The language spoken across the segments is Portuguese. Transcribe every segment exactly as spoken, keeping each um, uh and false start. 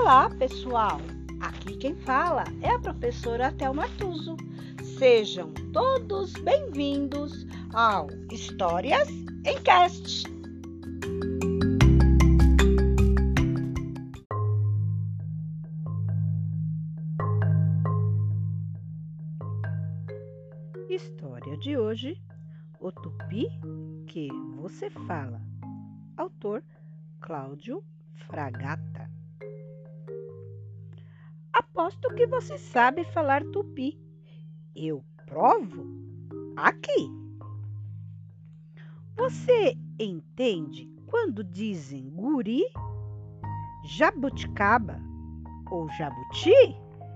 Olá, pessoal! Aqui quem fala é a professora Thelma Tuso. Sejam todos bem-vindos ao Histórias em Cast. História de hoje: O Tupi que você fala. Autor Cláudio Fragata. Aposto que você sabe falar tupi. Eu provo aqui. Você entende quando dizem guri, jabuticaba ou jabuti?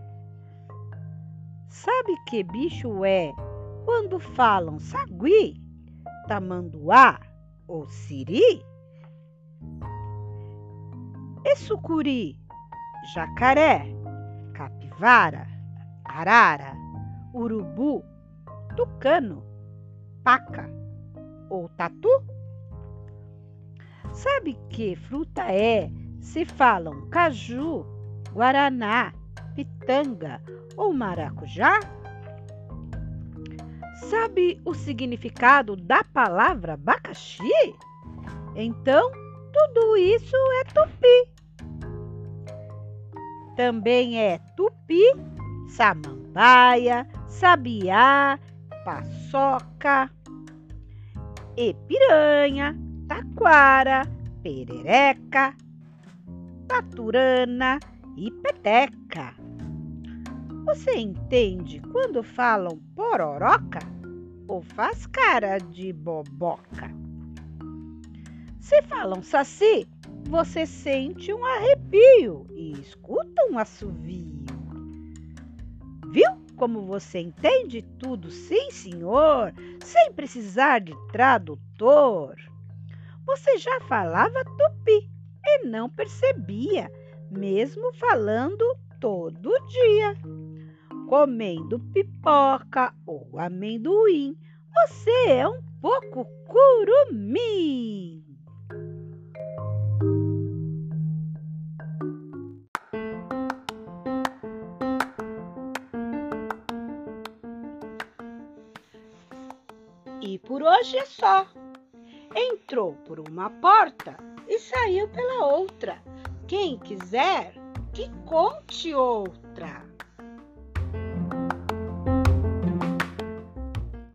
Sabe que bicho é quando falam sagui, tamanduá ou siri? E sucuri, jacaré, capivara, arara, urubu, tucano, paca ou tatu? Sabe que fruta é se falam caju, guaraná, pitanga ou maracujá? Sabe o significado da palavra abacaxi? Então, tudo isso é tupi. Também é tupi, samambaia, sabiá, paçoca, e piranha, taquara, perereca, taturana e peteca. Você entende quando falam pororoca ou faz cara de boboca? Se falam saci, você sente um arrepio e escuta um assovio. Viu como você entende tudo, sim, senhor, sem precisar de tradutor? Você já falava tupi e não percebia, mesmo falando todo dia. Comendo pipoca ou amendoim, você é um pouco curumim. E por hoje é só. Entrou por uma porta e saiu pela outra. Quem quiser, que conte outra.